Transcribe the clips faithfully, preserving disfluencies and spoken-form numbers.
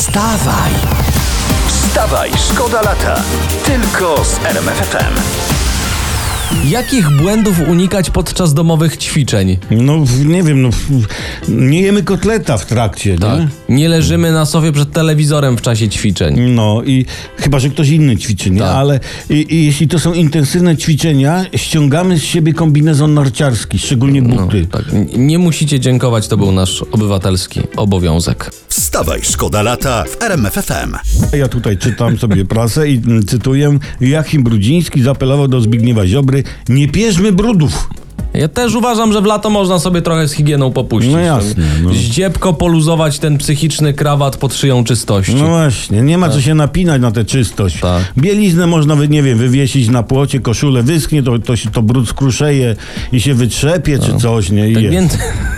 Wstawaj! Wstawaj, szkoda lata. Tylko z R M F F M. Jakich błędów unikać podczas domowych ćwiczeń? No nie wiem, no nie jemy kotleta w trakcie, Tak. nie? Nie leżymy na sofie przed telewizorem w czasie ćwiczeń. No i chyba, że ktoś inny ćwiczy, nie? Tak. Ale i, i jeśli to są intensywne ćwiczenia, ściągamy z siebie kombinezon narciarski, szczególnie No, buty. tak. N- Nie musicie dziękować, to był nasz obywatelski obowiązek. Wstawaj, szkoda lata w R M F F M. Ja tutaj czytam sobie prasę i mm, cytuję: Joachim Brudziński zaapelował do Zbigniewa Ziobry: nie pierzmy brudów. Ja też uważam, że w lato można sobie trochę z higieną popuścić. No jasne, no. Zdziebko poluzować ten psychiczny krawat pod szyją czystości. No właśnie, nie ma co się napinać na tę czystość. Tak. Bieliznę można, wy- nie wiem, wywiesić na płocie, koszulę wyschnie, to, to, się, to brud skruszeje i się wytrzepie czy coś, nie? I Tak jest. więcej,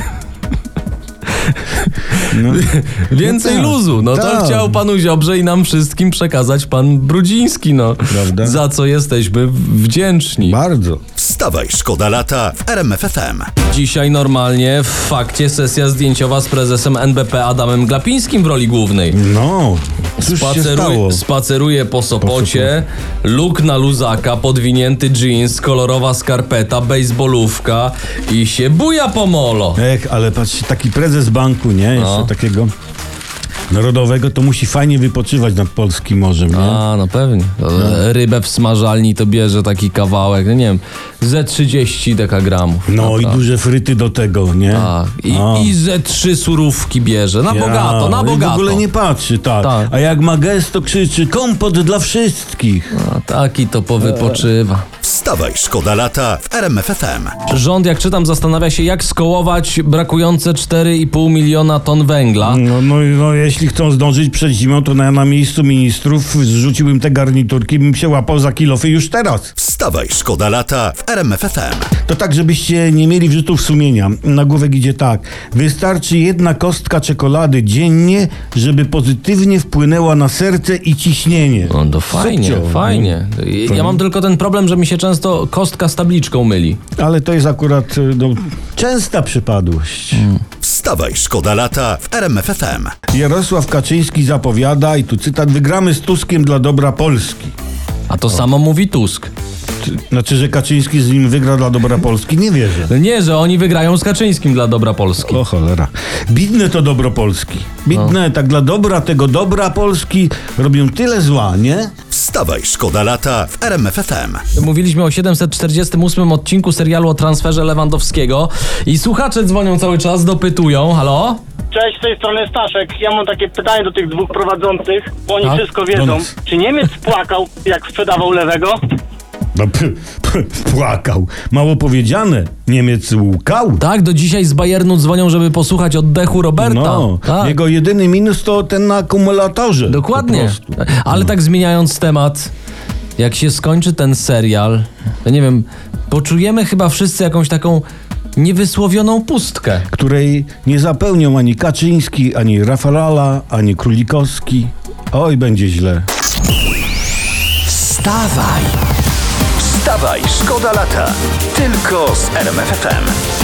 No. więcej tak, luzu. No to tak. chciał panu Ziobrze i nam wszystkim przekazać pan Brudziński, no. Prawda? Za co jesteśmy wdzięczni. Bardzo. Wstawaj, szkoda lata w R M F F M. Dzisiaj normalnie w fakcie sesja zdjęciowa z prezesem N B P Adamem Glapińskim w roli głównej. No, cóż się stało? Spaceruje, spaceruje po Sopocie, luk na luzaka, podwinięty jeans, kolorowa skarpeta, bejsbolówka i się buja po molo. Ech, ale patrz, taki prezes banku, nie? Jeszcze No. takiego narodowego, to musi fajnie wypoczywać nad polskim morzem, nie? A, no pewnie. Rybę w smażalni to bierze taki kawałek, no nie wiem, ze trzydzieści dekagramów. No i Naprawdę. duże fryty do tego, nie? Tak. I, A. I ze trzy surówki bierze. Na Ja, bogato, na i bogato. w ogóle nie patrzy, tak. Tak. A jak ma gest, to krzyczy: kompot dla wszystkich. A taki to powypoczywa. Wstawaj, szkoda lata w R M F F M. Rząd, jak czytam, zastanawia się, jak skołować brakujące cztery i pół miliona ton węgla. No, no, no jeśli chcą zdążyć przed zimą, to na, na miejscu ministrów zrzuciłbym te garniturki, bym się łapał za kilofy już teraz. Wstawaj, szkoda lata w R M F F M. To tak, żebyście nie mieli wrzutów sumienia. Nagłówek idzie tak: wystarczy jedna kostka czekolady dziennie, żeby pozytywnie wpłynęła na serce i ciśnienie. No to fajnie, Subcio, fajnie. no. Ja mam tylko ten problem, że mi się często kostka z tabliczką myli. Ale to jest akurat no, częsta przypadłość. Wstawaj, szkoda lata w R M F F M. Jarosław Kaczyński zapowiada, i tu cytat: wygramy z Tuskiem dla dobra Polski. A to samo mówi Tusk. Znaczy, że Kaczyński z nim wygra dla dobra Polski? Nie wierzę. No nie, że oni wygrają z Kaczyńskim dla dobra Polski. O cholera. Bidne to dobro Polski. Bidne, tak dla dobra tego dobra Polski robią tyle zła, nie? Wstawaj, szkoda lata w R M F F M. Mówiliśmy o siedemset czterdziestym ósmym odcinku serialu o transferze Lewandowskiego i słuchacze dzwonią cały czas, dopytują. Halo? Cześć, z tej strony Staszek. Ja mam takie pytanie do tych dwóch prowadzących, bo oni Tak? wszystko Do wiedzą. nas. Czy Niemiec płakał, jak sprzedawał lewego? No, p, p, płakał. Mało powiedziane. Niemiec łkał. Tak, do dzisiaj z Bayernu dzwonią, żeby posłuchać oddechu Roberta. No, tak. jego jedyny minus to ten na akumulatorze. Dokładnie. Po prostu. Ale tak zmieniając temat, jak się skończy ten serial, to nie wiem, poczujemy chyba wszyscy jakąś taką niewysłowioną pustkę. Której nie zapełnią ani Kaczyński, ani Rafalala, ani Królikowski. Oj, będzie źle. Wstawaj! Wstawaj, szkoda lata. Tylko z R M F F M.